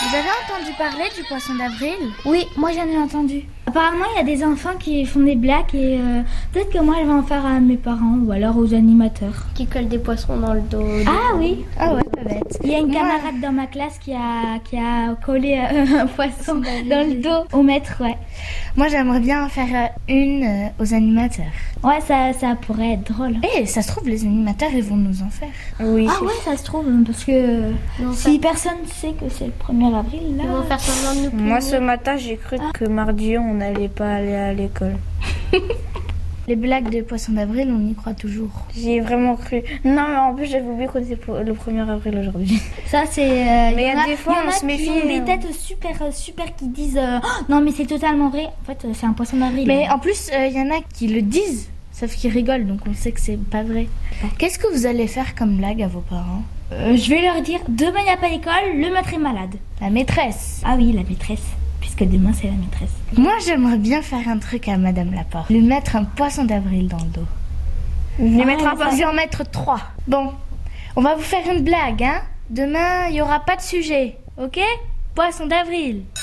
Vous avez entendu parler du poisson d'avril? Oui, moi j'en ai entendu. Apparemment, il y a des enfants qui font des blagues et peut-être que moi je vais en faire à mes parents ou alors aux animateurs. Qui collent des poissons dans le dos. Ah oui. Ah ouais, pas bête. Il y a une camarade dans ma classe qui a collé un poisson dans le dos au maître, ouais. Moi, j'aimerais bien en faire une aux animateurs. Ouais, ça pourrait être drôle. Et ça se trouve, les animateurs, ils vont nous en faire. Oui. Ah ouais, ça se trouve, parce que si personne sait que c'est le 1er avril, là... Ils vont faire semblant de nous punir. Moi, ce matin, j'ai cru que mardi, on n'allait pas aller à l'école. Les blagues de poisson d'avril, on y croit toujours. J'y ai vraiment cru. Non, mais en plus, j'avais oublié qu'on était le 1er avril aujourd'hui. Ça, c'est... Mais il y a des fois, on se méfie. Qui ont des têtes super qui disent oh, non, mais c'est totalement vrai. En fait, c'est un poisson d'avril. Mais en plus, il y en a qui le disent, sauf qu'ils rigolent, donc on sait que c'est pas vrai. Qu'est-ce que vous allez faire comme blague à vos parents? Je vais leur dire demain, il n'y a pas d'école, le maître est malade. La maîtresse. Ah oui, la maîtresse. Puisque demain, c'est la maîtresse. Moi, j'aimerais bien faire un truc à Madame Laporte. Lui mettre un poisson d'avril dans le dos. Lui mettre un poisson, en mettre 3. Bon, on va vous faire une blague, hein. Demain, il n'y aura pas de sujet, ok? Poisson d'avril.